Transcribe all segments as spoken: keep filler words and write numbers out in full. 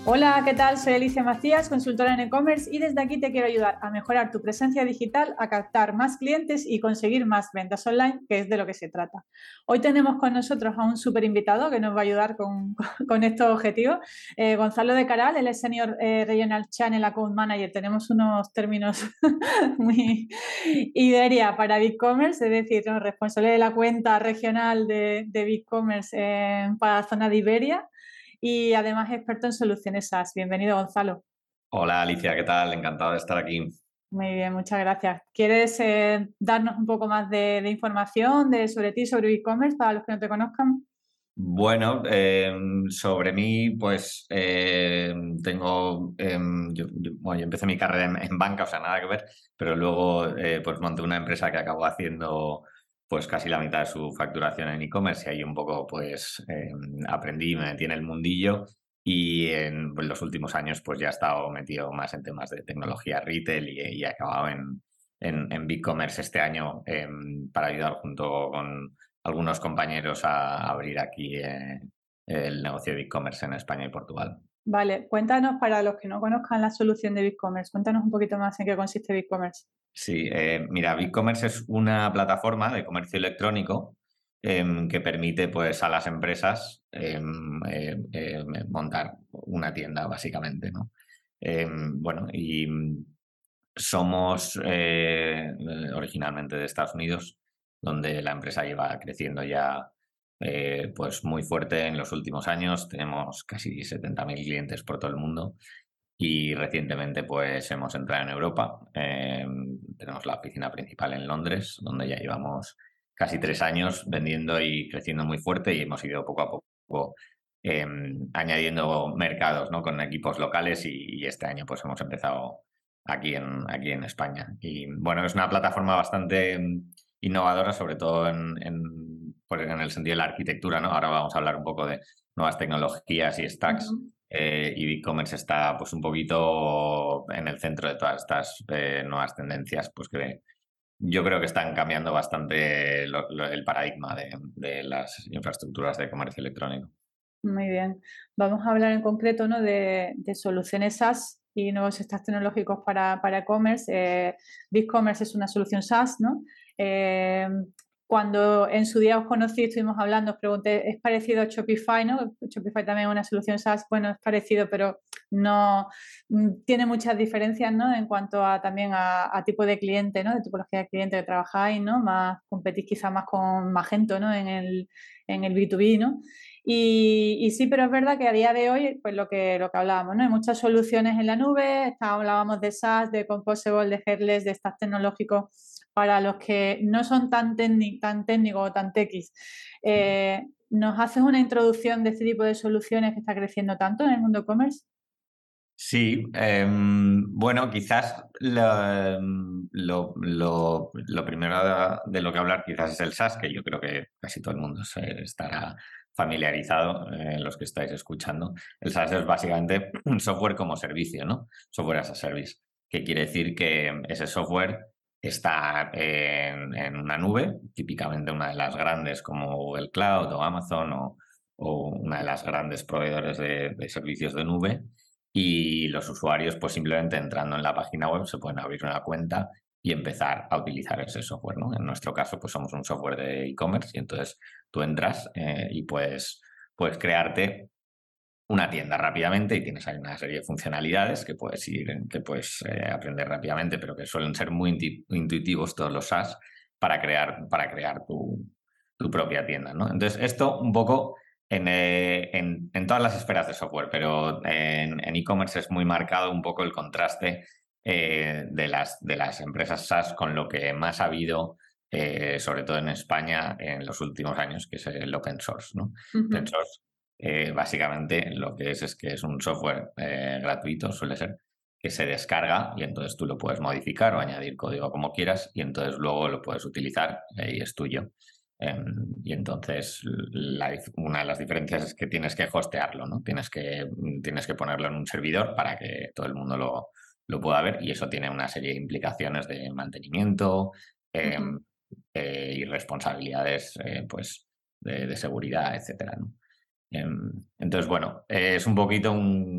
Hola, ¿qué tal? Soy Alicia Macías, consultora en e-commerce y desde aquí te quiero ayudar a mejorar tu presencia digital, a captar más clientes y conseguir más ventas online, que es de lo que se trata. Hoy tenemos con nosotros a un súper invitado que nos va a ayudar con, con estos objetivos. Eh, Gonzalo de Caral, él es Senior eh, Regional Channel Account Manager. Tenemos unos términos muy Iberia para BigCommerce, es decir, ¿no? Responsable de la cuenta regional de, de BigCommerce eh, para la zona de Iberia. Y además experto en soluciones SaaS. Bienvenido, Gonzalo. Hola Alicia, ¿qué tal? Encantado de estar aquí. Muy bien, muchas gracias. ¿Quieres eh, darnos un poco más de, de información de, sobre ti, sobre e-commerce, para los que no te conozcan? Bueno, eh, sobre mí, pues eh, tengo, eh, yo, yo- bueno, yo empecé mi carrera en, en banca, o sea, nada que ver, pero luego eh, pues monté una empresa que acabó haciendo pues casi la mitad de su facturación en e-commerce y ahí un poco pues eh, aprendí, me metí en el mundillo y en pues, los últimos años pues ya he estado metido más en temas de tecnología retail y, y he acabado en, en, en BigCommerce este año em, para ayudar junto con algunos compañeros a abrir aquí eh, el negocio de e-commerce en España y Portugal. Vale, cuéntanos para los que no conozcan la solución de BigCommerce, cuéntanos un poquito más en qué consiste BigCommerce. Sí, eh, mira, BigCommerce es una plataforma de comercio electrónico em, que permite pues, a las empresas em, eh, eh, montar una tienda, básicamente, ¿no? Em, bueno, y somos eh, originalmente de Estados Unidos, donde la empresa lleva creciendo ya eh, pues muy fuerte en los últimos años. Tenemos casi setenta mil clientes por todo el mundo y recientemente pues hemos entrado en Europa. Eh, tenemos la oficina principal en Londres, donde ya llevamos casi tres años vendiendo y creciendo muy fuerte y hemos ido poco a poco eh, añadiendo mercados, ¿no? Con equipos locales y, y este año pues hemos empezado aquí en, aquí en España. Y bueno, es una plataforma bastante mm, innovadora, sobre todo en, en, pues, en el sentido de la arquitectura, ¿no? Ahora vamos a hablar un poco de nuevas tecnologías y stacks. Ujú. Eh, y BigCommerce está pues un poquito en el centro de todas estas eh, nuevas tendencias, pues que yo creo que están cambiando bastante lo- lo- el paradigma de, de las infraestructuras de comercio electrónico. Muy bien. Vamos a hablar en concreto, ¿no? de, de soluciones SaaS y nuevos stacks tecnológicos para, para e-commerce. Eh, BigCommerce es una solución SaaS, ¿no? Eh, Cuando en su día os conocí, estuvimos hablando, os pregunté, ¿es parecido a Shopify, no? Shopify también es una solución SaaS, bueno, es parecido, pero no mm, tiene muchas diferencias, ¿no? En cuanto a también a, a tipo de cliente, ¿no? De tipología de cliente que trabajáis, ¿no? Más competís quizá más con Magento, ¿no? En el, en el B dos B, ¿no? Y, y sí, pero es verdad que a día de hoy, pues lo que, lo que hablábamos, ¿no? Hay muchas soluciones en la nube, está- hablábamos de SaaS, de Composable, de Headless, de stacks tecnológicos para los que no son tan, técnic- tan técnicos o tan techis. Eh, ¿Nos haces una introducción de este tipo de soluciones que está creciendo tanto en el mundo e-commerce? Sí, em, bueno, quizás lo, em, lo, lo- lo primero de, de lo que hablar quizás es el SaaS, que yo creo que casi todo el mundo se estará familiarizado, eh, los que estáis escuchando. El SaaS es básicamente un software como servicio, ¿no? Software as a service, que quiere decir que ese software está en, en una nube, típicamente una de las grandes como Google Cloud o Amazon o, o una de las grandes proveedores de de servicios de nube y los usuarios, pues simplemente entrando en la página web, se pueden abrir una cuenta y empezar a utilizar ese software, ¿no? En nuestro caso, pues somos un software de e-commerce y entonces tú entras eh, y puedes, puedes crearte una tienda rápidamente y tienes ahí una serie de funcionalidades que puedes ir, que puedes eh, aprender rápidamente, pero que suelen ser muy inti- intuitivos todos los SaaS para crear, para crear tu, tu propia tienda, ¿no? Entonces, esto un poco en, eh, en, en todas las esferas de software, pero en en e-commerce es muy marcado un poco el contraste eh, de las, de las empresas SaaS con lo que más ha habido, eh, sobre todo en España, en los últimos años, que es el open source, ¿no? Open Ujú. source eh, básicamente lo que es es que es un software eh, gratuito, suele ser, que se descarga y entonces tú lo puedes modificar o añadir código como quieras y entonces luego lo puedes utilizar eh, y es tuyo. Em, y entonces la dif- una de las diferencias es que tienes que hostearlo, ¿no? Tienes que, tienes que ponerlo en un servidor para que todo el mundo lo, lo pueda ver y eso tiene una serie de implicaciones de mantenimiento em, Ujú. eh, y responsabilidades eh, pues, de, de seguridad, etcétera, ¿no? Em, Entonces, bueno, eh, es un poquito un,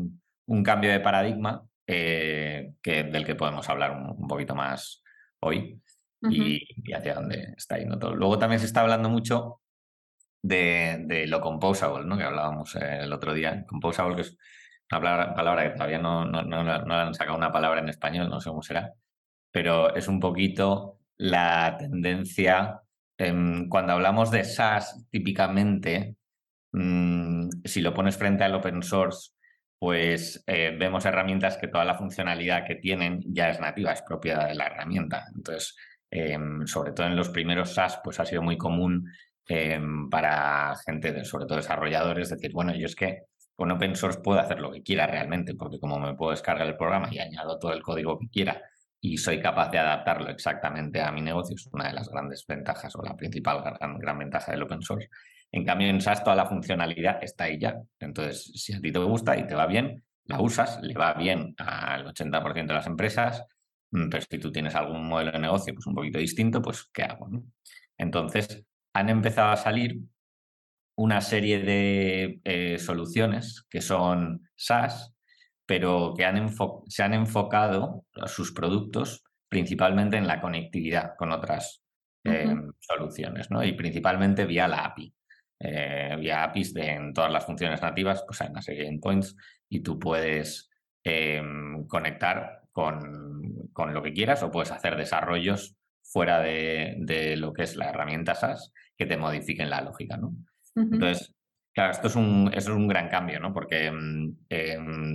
un cambio de paradigma eh, que, del que podemos hablar un, un poquito más hoy y, Ujú. y hacia dónde está yendo todo. Luego también se está hablando mucho de, de lo composable, ¿no? Que hablábamos eh, el otro día. Composable, que es una palabra, palabra que todavía no, no, no, no han sacado una palabra en español, no sé cómo será, pero es un poquito la tendencia. em, cuando hablamos de SaaS, típicamente, mm, si lo pones frente al open source, pues eh, vemos herramientas que toda la funcionalidad que tienen ya es nativa, es propia de la herramienta. Entonces, em, sobre todo en los primeros SaaS, pues ha sido muy común em, para gente, de, sobre todo desarrolladores, decir, bueno, yo es que con open source puedo hacer lo que quiera realmente, porque como me puedo descargar el programa y añado todo el código que quiera y soy capaz de adaptarlo exactamente a mi negocio, es una de las grandes ventajas o la principal gran, gran ventaja del open source. En cambio, en SaaS toda la funcionalidad está ahí ya. Entonces, si a ti te gusta y te va bien, la usas, le va bien al ochenta por ciento de las empresas, pero si tú tienes algún modelo de negocio pues un poquito distinto, pues ¿qué hago? ¿No? Entonces, han empezado a salir una serie de eh, soluciones que son SaaS, pero que han se han enfocado a sus productos principalmente en la conectividad con otras eh, Ujú. soluciones, ¿no? Y principalmente vía la A P I. Eh, vía A P Is de, en todas las funciones nativas, pues hay una serie de endpoints y tú puedes eh, conectar con, con lo que quieras o puedes hacer desarrollos fuera de, de lo que es la herramienta SaaS que te modifiquen la lógica, ¿no? Ujú. Entonces, claro, esto es un, eso es un gran cambio, ¿no? Porque eh,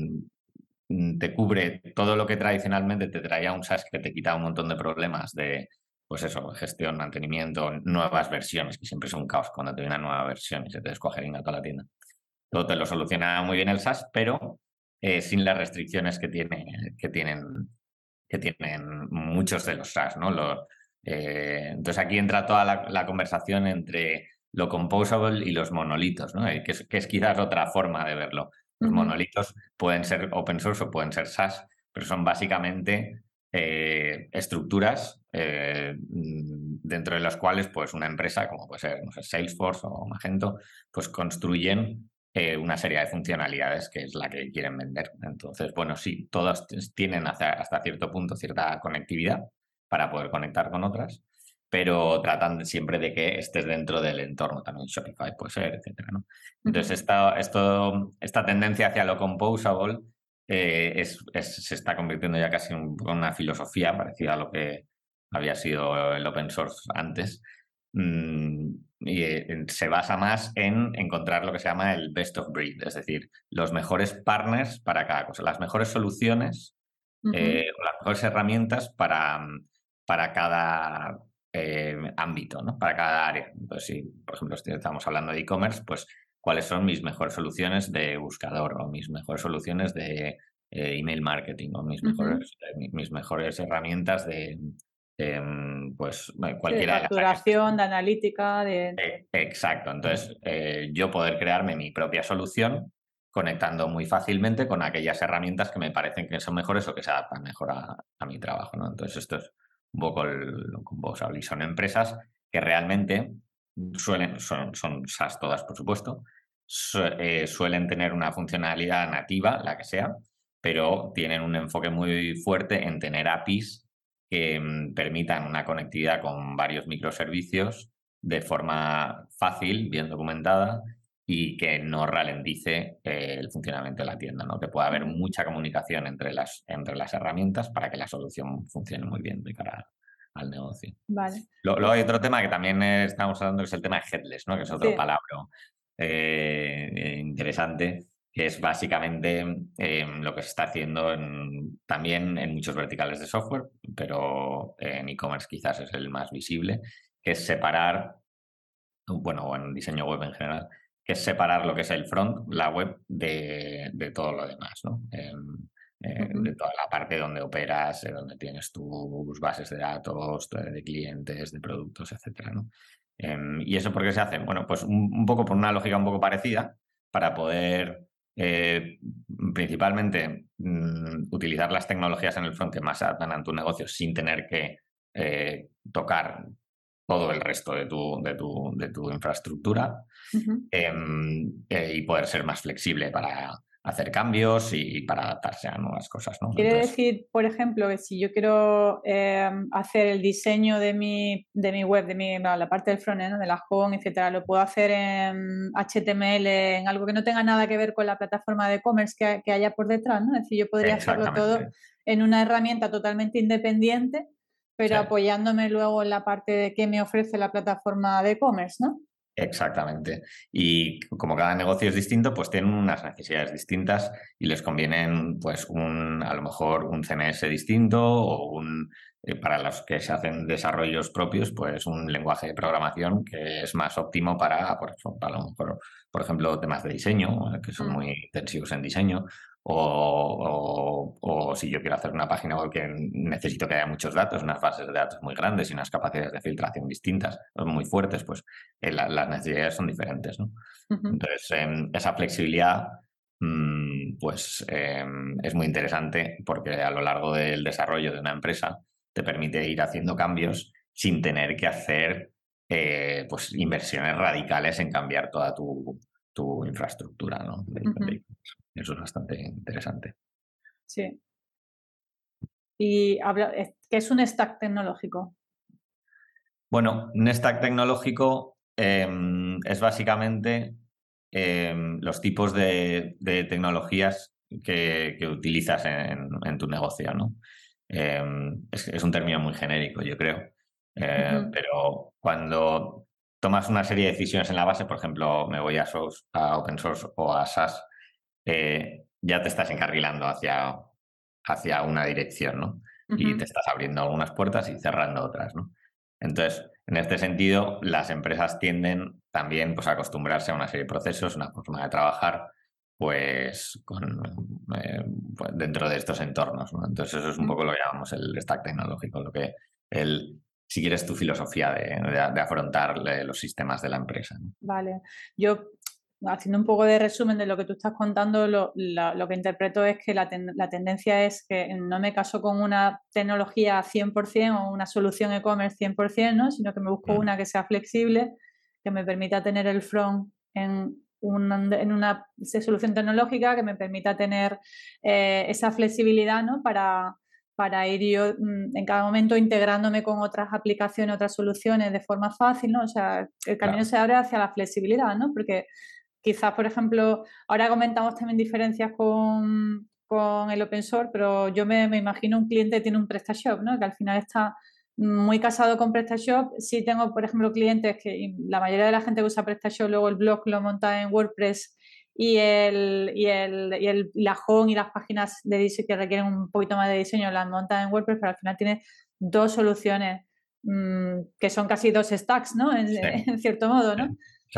te cubre todo lo que tradicionalmente te traía un SaaS que te quita un montón de problemas de, pues eso, gestión, mantenimiento, nuevas versiones, que siempre es un caos cuando te viene una nueva versión y se te descuajeringa toda la tienda. Todo te lo soluciona muy bien el SaaS, pero eh, sin las restricciones que, tiene, que, tienen, que tienen muchos de los SaaS, ¿no? Los, eh, entonces aquí entra toda la, la conversación entre lo composable y los monolitos, ¿no? Eh, que, es, que es quizás otra forma de verlo. Los Ujú. monolitos pueden ser open source o pueden ser SaaS, pero son básicamente eh, estructuras eh, dentro de las cuales pues, una empresa, como puede ser no sé, Salesforce o Magento, pues construyen eh, una serie de funcionalidades que es la que quieren vender. Entonces, bueno, sí, todas tienen hasta, hasta cierto punto cierta conectividad para poder conectar con otras, pero tratan siempre de que estés dentro del entorno, también Shopify puede ser, etcétera, ¿no? Entonces, Ujú. esta, esto, esta tendencia hacia lo composable eh, es, es, se está convirtiendo ya casi en una filosofía parecida a lo que había sido el open source antes. Mm, y eh, se basa más en encontrar lo que se llama el best of breed, es decir, los mejores partners para cada cosa, las mejores soluciones Ujú. eh, o las mejores herramientas para, para cada eh, ámbito, ¿no? Para cada área. Entonces, si, por ejemplo, si estamos hablando de e-commerce, pues cuáles son mis mejores soluciones de buscador o mis mejores soluciones de eh, email marketing o mis Ujú. mejores, eh, mis mejores herramientas de, de pues Sí, de cualquiera de las áreas que facturación, de analítica, de... eh, exacto. Entonces, eh, yo poder crearme mi propia solución conectando muy fácilmente con aquellas herramientas que me parecen que son mejores o que se adaptan mejor a, a mi trabajo, ¿no? Entonces, esto es un poco el, lo que vos habléis. Son empresas que realmente suelen, son, son SaaS todas, por supuesto, su, eh, suelen tener una funcionalidad nativa, la que sea, pero tienen un enfoque muy fuerte en tener A P Is que mm, permitan una conectividad con varios microservicios de forma fácil, bien documentada y que no ralentice eh, el funcionamiento de la tienda, ¿no? Que pueda haber mucha comunicación entre las, entre las herramientas para que la solución funcione muy bien de cara al negocio. Vale. Luego hay otro tema que también eh, estamos hablando, que es el tema de headless, ¿no? Que es otro Sí. palabra eh, interesante, que es básicamente eh, lo que se está haciendo en, también en muchos verticales de software, pero en e-commerce quizás es el más visible, que es separar, bueno, o en diseño web en general, que es separar lo que es el front, la web, de, de todo lo demás, ¿no? Eh, eh, Ujú. de toda la parte donde operas, eh, donde tienes tus bases de datos, de, de clientes, de productos, etcétera, ¿no? Eh, ¿Y eso por qué se hace? Bueno, pues un, un, poco por una lógica un poco parecida, para poder eh, principalmente mm, utilizar las tecnologías en el front que más se adaptan a tu negocio sin tener que eh, tocar todo el resto de tu, de tu, de tu infraestructura Ujú. eh, eh, y poder ser más flexible para, hacer cambios y para adaptarse a nuevas cosas, ¿no? Quiere Entonces, decir, por ejemplo, que si yo quiero eh, hacer el diseño de mi, de mi web, de mi, bueno, la parte del frontend, ¿no? De la home, etcétera, lo puedo hacer en H T M L, en algo que no tenga nada que ver con la plataforma de e-commerce que, que haya por detrás, ¿no? Es decir, yo podría hacerlo todo exactamente. en una herramienta totalmente independiente, Sí. pero apoyándome luego en la parte de qué me ofrece la plataforma de e-commerce, ¿no? Exactamente. Y como cada negocio es distinto, pues tienen unas necesidades distintas y les convienen, pues, un, a lo mejor un C M S distinto o un, eh, para los que se hacen desarrollos propios, pues un lenguaje de programación que es más óptimo para, por, eso, para a lo mejor, por ejemplo, temas de diseño, eh, que son Mm, muy intensivos en diseño, o, o- o si yo quiero hacer una página web que necesito que haya muchos datos, unas bases de datos muy grandes y unas capacidades de filtración distintas, muy fuertes, pues eh, la- las necesidades son diferentes, ¿no? ujú, Entonces, em, esa flexibilidad, mm, pues em, es muy interesante porque a lo largo del desarrollo de una empresa te permite ir haciendo cambios sin tener que hacer eh, pues inversiones radicales en cambiar toda tu, tu infraestructura, ¿no? De- ujú, de- eso es bastante interesante. sí. Y habla, es- ¿qué es un stack tecnológico? Bueno, un stack tecnológico em, es básicamente em, los tipos de, de tecnologías que, que utilizas en, en tu negocio, ¿no? Em, es, es un término muy genérico, yo creo. Eh, Ujú, pero cuando tomas una serie de decisiones en la base, por ejemplo, me voy a, source- a open source o a SaaS, eh, ya te estás encarrilando hacia, hacia una dirección, ¿no? Y te ujú, estás abriendo algunas puertas y cerrando otras, ¿no? Entonces, en este sentido, las empresas tienden también, pues, a acostumbrarse a una serie de procesos, una forma de trabajar, pues, con, eh, pues, dentro de estos entornos, ¿no? Entonces, eso es un ujú. poco lo que llamamos el stack tecnológico, lo que el, si quieres, tu filosofía de, de- de afrontar eh, los sistemas de la empresa, ¿no? Vale. Yo, haciendo un poco de resumen de lo que tú estás contando, lo, la- lo que interpreto es que la, ten- la tendencia es que no me caso con una tecnología cien por ciento o una solución e-commerce cien por ciento, ¿no? Sino que me busco Mm, una que sea flexible, que me permita tener el front en, un- en una solución tecnológica, que me permita tener eh, esa flexibilidad, ¿no? Para, para ir yo mm, en cada momento integrándome con otras aplicaciones, otras soluciones de forma fácil, ¿no? O sea, el camino claro. se abre hacia la flexibilidad, ¿no? Porque quizás, por ejemplo, ahora comentamos también diferencias con, con el open source, pero yo me, me imagino un cliente que tiene un PrestaShop, ¿no? Que al final está muy casado con PrestaShop. Sí tengo, por ejemplo, clientes que y la mayoría de la gente que usa PrestaShop luego el blog lo monta en WordPress y el, y el, y el la home y las páginas de diseño que requieren un poquito más de diseño las montan en WordPress, pero al final tiene dos soluciones mmm, que son casi dos stacks, ¿no? En, Sí, en cierto modo, sí, ¿no? sí.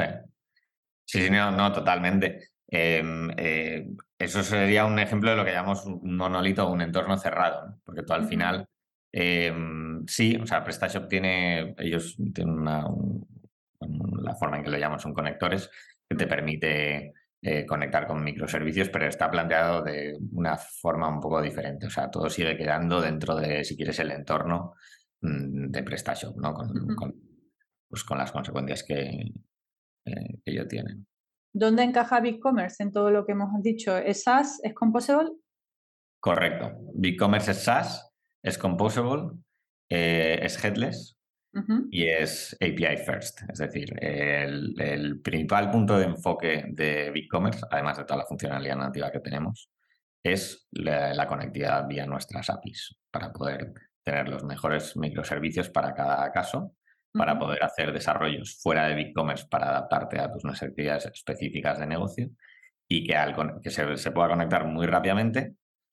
Sí, sí, no, no, totalmente. Eh, eh, eso sería un ejemplo de lo que llamamos un monolito o un entorno cerrado, ¿no? Porque tú al Ujú, final, eh, sí, o sea, PrestaShop tiene, ellos tienen una, un- un- la forma en que lo llaman son conectores, que te mm, permite eh, conectar con microservicios, pero está planteado de una forma un poco diferente. O sea, todo sigue quedando dentro de, si quieres, el entorno mm, de PrestaShop, ¿no? Con, ujú. con, pues con las consecuencias que, eh, que ello tiene. ¿Dónde encaja BigCommerce en todo lo que hemos dicho? ¿Es SaaS? ¿Es Composable? Correcto. BigCommerce es SaaS, es composable, eh, es headless Ujú, y es A P I first. Es decir, el, el principal punto de enfoque de BigCommerce, además de toda la funcionalidad nativa que tenemos, es la, la conectividad vía nuestras A P Is para poder tener los mejores microservicios para cada caso, para ujú, poder hacer desarrollos fuera de BigCommerce para adaptarte a tus necesidades específicas de negocio y que, al, con- que se, se pueda conectar muy rápidamente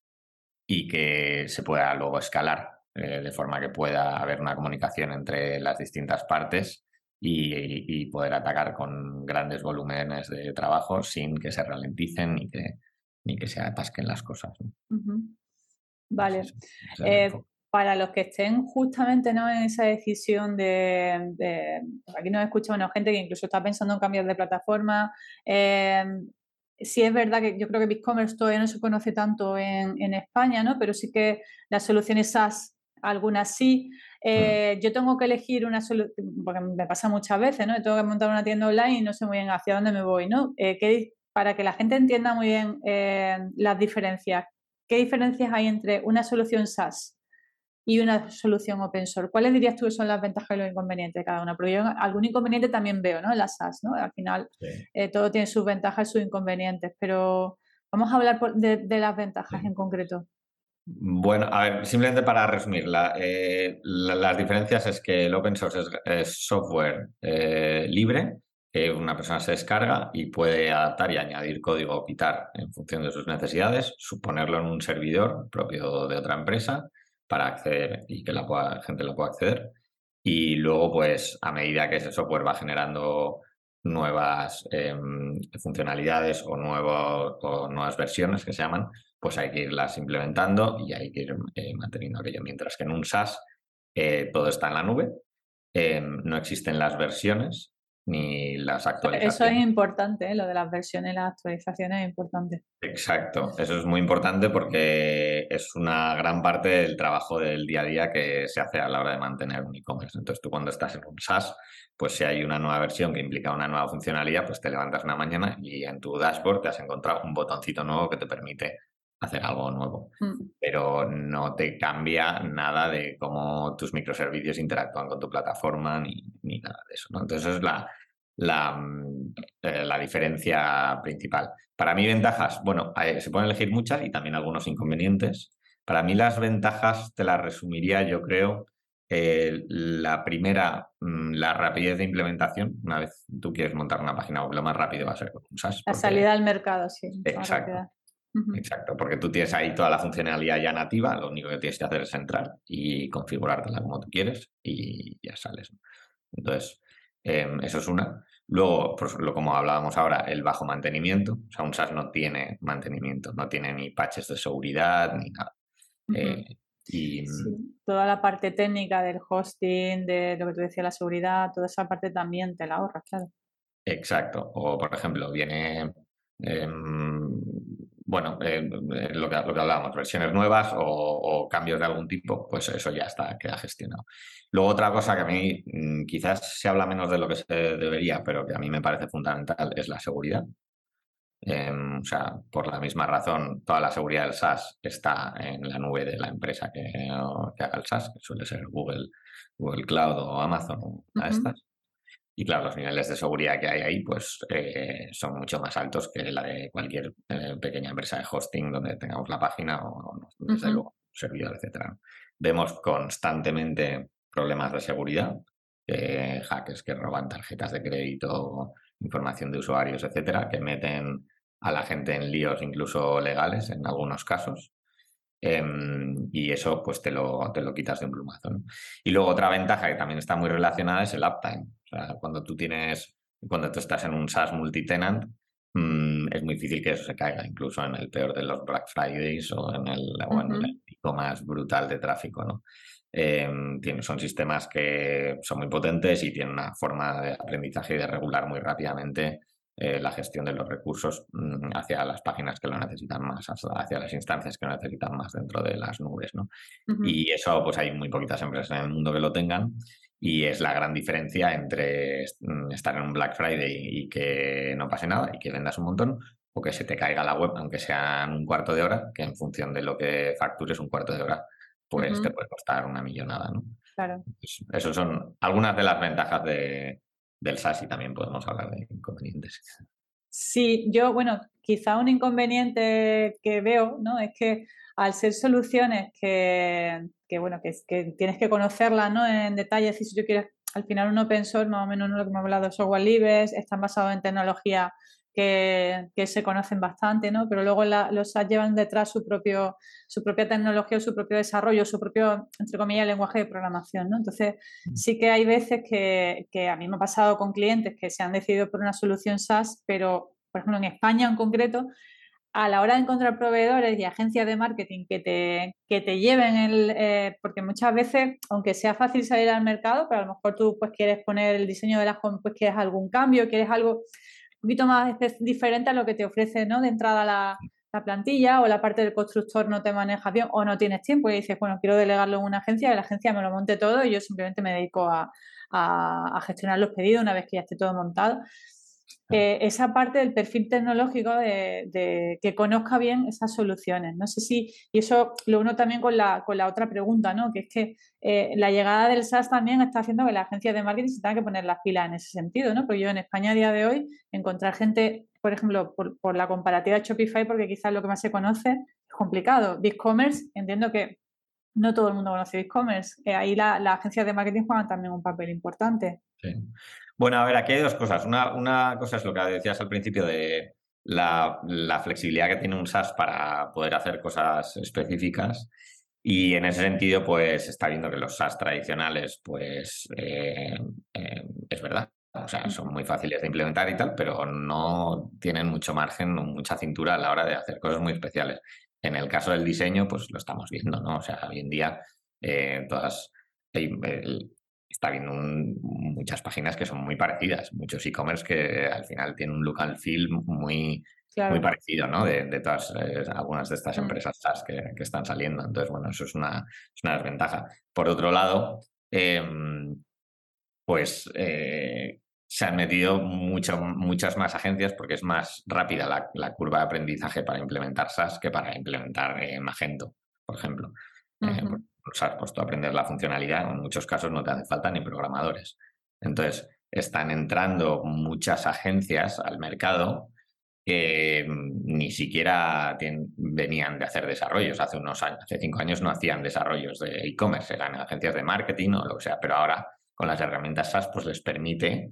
y que se pueda luego escalar eh, de forma que pueda haber una comunicación entre las distintas partes y, y poder atacar con grandes volúmenes de trabajo sin que se ralenticen ni que, ni que se atasquen las cosas, ¿no? ujú. Ese Vale. es, ese es el Eh, enfoque. para los que estén justamente, ¿no? En esa decisión de, de- aquí nos escucha bueno, gente que incluso está pensando en cambiar de plataforma. Eh, sí es verdad que yo creo que BigCommerce todavía no se conoce tanto en, en España, ¿no? Pero sí que las soluciones SaaS, algunas sí. Mm. Eh, yo tengo que elegir una solución, porque me pasa muchas veces, ¿no? Tengo que montar una tienda online y no sé muy bien hacia dónde me voy, ¿no? Eh, ¿qué, para que la gente entienda muy bien eh, las diferencias, ¿qué diferencias hay entre una solución SaaS y una solución open source? ¿Cuáles dirías tú que son las ventajas y los inconvenientes de cada una? Porque yo algún inconveniente también veo, ¿no? En las SaaS, ¿no? Al final Sí, eh, todo tiene sus ventajas y sus inconvenientes, pero vamos a hablar por- de, de las ventajas sí. en concreto. Bueno, a ver, simplemente para resumir, la, eh, la- las diferencias es que el open source es, es software eh, libre, que una persona se descarga y puede adaptar y añadir código o quitar en función de sus necesidades, suponerlo en un servidor propio de otra empresa para acceder y que la pueda- gente lo pueda acceder. Y luego, pues, a medida que ese software va generando nuevas em, funcionalidades o, nuevos, o nuevas versiones que se llaman, pues hay que irlas implementando y hay que ir eh, manteniendo aquello. Mientras que en un SaaS eh, todo está en la nube, eh, no existen las versiones ni las Eso es actualizaciones. importante, ¿eh? Lo de las versiones y las actualizaciones es importante. Exacto, eso es muy importante porque es una gran parte del trabajo del día a día que se hace a la hora de mantener un e-commerce. Entonces tú cuando estás en un SaaS, pues si hay una nueva versión que implica una nueva funcionalidad, pues te levantas una mañana y en tu dashboard te has encontrado un botoncito nuevo que te permite hacer algo nuevo. Mm. Pero no te cambia nada de cómo tus microservicios interactúan con tu plataforma ni, ni nada de eso, ¿no? Entonces es la, la, mm, eh, la diferencia principal. Para mí, ventajas, bueno, hay- se pueden elegir muchas y también algunos inconvenientes. Para mí, las ventajas te las resumiría, yo creo, eh, la primera, mm, la rapidez de implementación. Una vez tú quieres montar una página web, lo más rápido va a ser con un SaaS, La porque salida al mercado, sí, mucho más exacto, rápida. Ujú. exacto, porque tú tienes ahí toda la funcionalidad ya nativa, lo único que tienes que hacer es entrar y configurártela como tú quieres y ya sales, ¿no? Entonces, em, eso es una. Luego, pues, lo, como hablábamos ahora, el bajo mantenimiento. O sea, un SaaS no tiene mantenimiento, no tiene ni patches de seguridad ni nada. Ujú. Eh, y mm, Sí, toda la parte técnica del hosting, de lo que tú decías, la seguridad, toda esa parte también te la ahorras, claro. exacto. O, por ejemplo, viene, em, bueno, eh, eh, lo que, lo que hablábamos, versiones nuevas o, o cambios de algún tipo, pues eso ya está, queda gestionado. Luego, otra cosa que a mí mm, quizás se habla menos de lo que se debería, pero que a mí me parece fundamental, es la seguridad. Em, o sea, por la misma razón, toda la seguridad del SaaS está en la nube de la empresa que, que haga el SaaS, que suele ser Google, Google Cloud o Amazon o una de Ujú, estas. Y claro, los niveles de seguridad que hay ahí pues eh, son mucho más altos que la de cualquier eh, pequeña empresa de hosting donde tengamos la página o, o, desde ujú, luego, servidor, etcétera, ¿no? Vemos constantemente problemas de seguridad, eh, hackers que roban tarjetas de crédito, información de usuarios, etcétera, que meten a la gente en líos incluso legales en algunos casos. Em, y eso pues te lo, te lo quitas de un plumazo, ¿no? Y luego otra ventaja que también está muy relacionada es el uptime. O sea, cuando tú tienes, cuando tú estás en un SaaS multitenant, mm, es muy difícil que eso se caiga, incluso en el peor de los Black Fridays o en el, o en el ujú, pico más brutal de tráfico, ¿no? Em, tiene- son sistemas que son muy potentes y tienen una forma de aprendizaje y de regular muy rápidamente eh, la gestión de los recursos mm, hacia las páginas que lo necesitan más, hacia hacia las instancias que lo necesitan más dentro de las nubes, ¿no? ujú. Y eso, pues hay muy poquitas empresas en el mundo que lo tengan y es la gran diferencia entre mm, estar en un Black Friday y que no pase nada y que vendas un montón o que se te caiga la web, aunque sea en un cuarto de hora, que en función de lo que factures un cuarto de hora, pues te Ujú, puede costar una millonada, ¿no? claro. Pues esas son algunas de las ventajas de, del SaaS y también podemos hablar de inconvenientes. Sí, yo, bueno, quizá un inconveniente que veo, ¿no? Es que al ser soluciones que, que bueno, que, es- que tienes que conocerlas, ¿no? En detalle, si yo quieres, al final un open source, más o menos, ¿no? Lo que hemos hablado, software libres, están basados en tecnología que, que se conocen bastante, ¿no? Pero luego la- los SaaS llevan detrás su propio, su propia tecnología, su propio desarrollo, su propio, entre comillas, lenguaje de programación, ¿no? Entonces, sí que hay veces que, que a mí me ha pasado con clientes que se han decidido por una solución SaaS, pero, por ejemplo, en España en concreto, a la hora de encontrar proveedores y agencias de marketing que te, que te lleven el, eh, porque muchas veces, aunque sea fácil salir al mercado, pero a lo mejor tú pues quieres poner el diseño de la home, pues quieres algún cambio, quieres algo un poquito más diferente a lo que te ofrece, ¿no? De entrada la, la plantilla o la parte del constructor no te maneja bien o no tienes tiempo y dices, bueno, quiero delegarlo en una agencia, que la agencia me lo monte todo y yo simplemente me dedico a, a, a gestionar los pedidos una vez que ya esté todo montado. eh, esa parte del perfil tecnológico de, de que conozca bien esas soluciones. No sé si, y eso lo uno también con la, con la otra pregunta, ¿no? Que es que eh, la llegada del SaaS también está haciendo que las agencias de marketing se tengan que poner las pilas en ese sentido, ¿no? Porque yo en España a día de hoy encontrar gente, por ejemplo, por, por la comparativa de Shopify, porque quizás lo que más se conoce es complicado. BigCommerce, entiendo que no todo el mundo conoce BigCommerce. Eh, ahí las la agencias de marketing juegan también un papel importante. Sí. Bueno, a ver, aquí hay dos cosas. Una, una cosa es lo que decías al principio de la, la flexibilidad que tiene un SaaS para poder hacer cosas específicas. Y en ese sentido, pues está viendo que los SaaS tradicionales, pues eh, eh, es verdad. O sea, son muy fáciles de implementar y tal, pero no tienen mucho margen o mucha cintura a la hora de hacer cosas muy especiales. En el caso del diseño, pues lo estamos viendo, ¿no? O sea, hoy en día eh, todas el, el, está viendo un, muchas páginas que son muy parecidas, muchos e-commerce que al final tienen un look and feel muy, Claro. muy parecido, ¿no? De, de todas, eh, algunas de estas Mm. empresas SaaS que, que, están saliendo. Entonces, bueno, eso es una, es una desventaja. Por otro lado, eh, pues eh, se han metido mucho, muchas más agencias porque es más rápida la, la curva de aprendizaje para implementar SaaS que para implementar eh, Magento, por ejemplo. Eh, Uh-huh. SaaS, pues tú aprendes la funcionalidad, en muchos casos no te hace falta ni programadores. Entonces, están entrando muchas agencias al mercado que ni siquiera tienen, venían de hacer desarrollos. Hace unos años, hace cinco años no hacían desarrollos de e-commerce, eran agencias de marketing o lo que sea, pero ahora con las herramientas SaaS pues les permite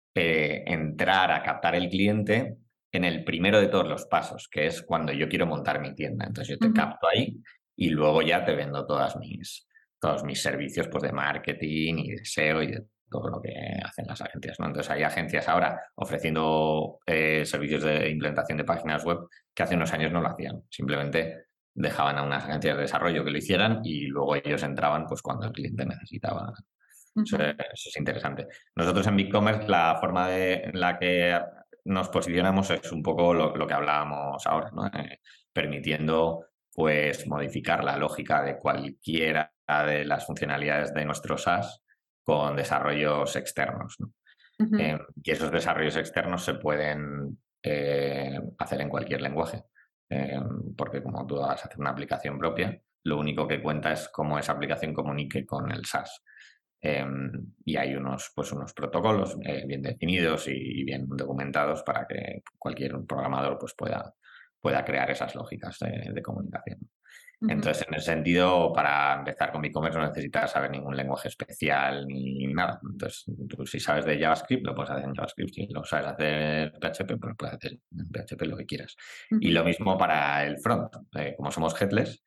eh, entrar a captar el cliente en el primero de todos los pasos, que es cuando yo quiero montar mi tienda. Entonces yo te uh-huh. capto ahí y luego ya te vendo todas mis, todos mis servicios pues, de marketing y de S E O y de todo lo que hacen las agencias, ¿no? Entonces hay agencias ahora ofreciendo eh, servicios de implementación de páginas web que hace unos años no lo hacían. Simplemente dejaban a unas agencias de desarrollo que lo hicieran y luego ellos entraban pues cuando el cliente necesitaba. Uh-huh. Eso, eso es interesante. Nosotros en BigCommerce la forma de, en la que nos posicionamos es un poco lo, lo que hablábamos ahora, ¿no? Eh, permitiendo pues modificar la lógica de cualquiera de las funcionalidades de nuestro SaaS con desarrollos externos, ¿no? Uh-huh. eh, y esos desarrollos externos se pueden eh, hacer en cualquier lenguaje, eh, porque como tú vas a hacer una aplicación propia, lo único que cuenta es cómo esa aplicación comunique con el SaaS. Eh, y hay unos, pues unos protocolos eh, bien definidos y bien documentados para que cualquier programador pues pueda, pueda crear esas lógicas de, de comunicación. Entonces, en ese sentido, para empezar con BigCommerce no necesitas saber ningún lenguaje especial ni nada. Entonces, tú si sabes de JavaScript, lo puedes hacer en JavaScript. Si lo sabes hacer P H P, pues puedes hacer en P H P lo que quieras. Uh-huh. Y lo mismo para el front. Eh, como somos headless,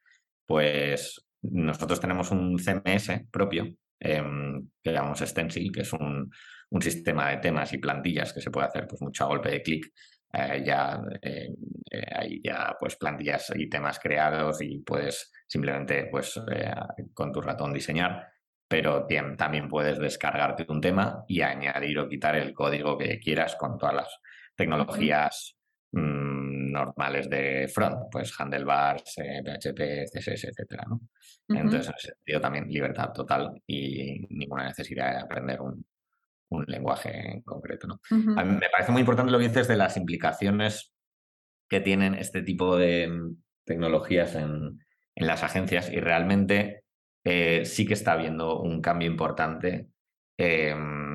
pues nosotros tenemos un C M S propio eh, que llamamos Stencil, que es un, un sistema de temas y plantillas que se puede hacer pues mucho a golpe de clic. Eh, ya eh, eh, hay ya pues plantillas y temas creados y puedes simplemente pues eh, con tu ratón diseñar, pero bien, también puedes descargarte un tema y añadir o quitar el código que quieras con todas las tecnologías uh-huh. mmm, normales de front, pues handlebars, eh, P H P, C S S, etcétera, ¿no? Uh-huh. Entonces, en ese sentido también libertad total y ninguna necesidad de aprender un un lenguaje en concreto, ¿no? Uh-huh. A mí me parece muy importante lo que dices de las implicaciones que tienen este tipo de tecnologías en, en las agencias y realmente eh, sí que está habiendo un cambio importante eh,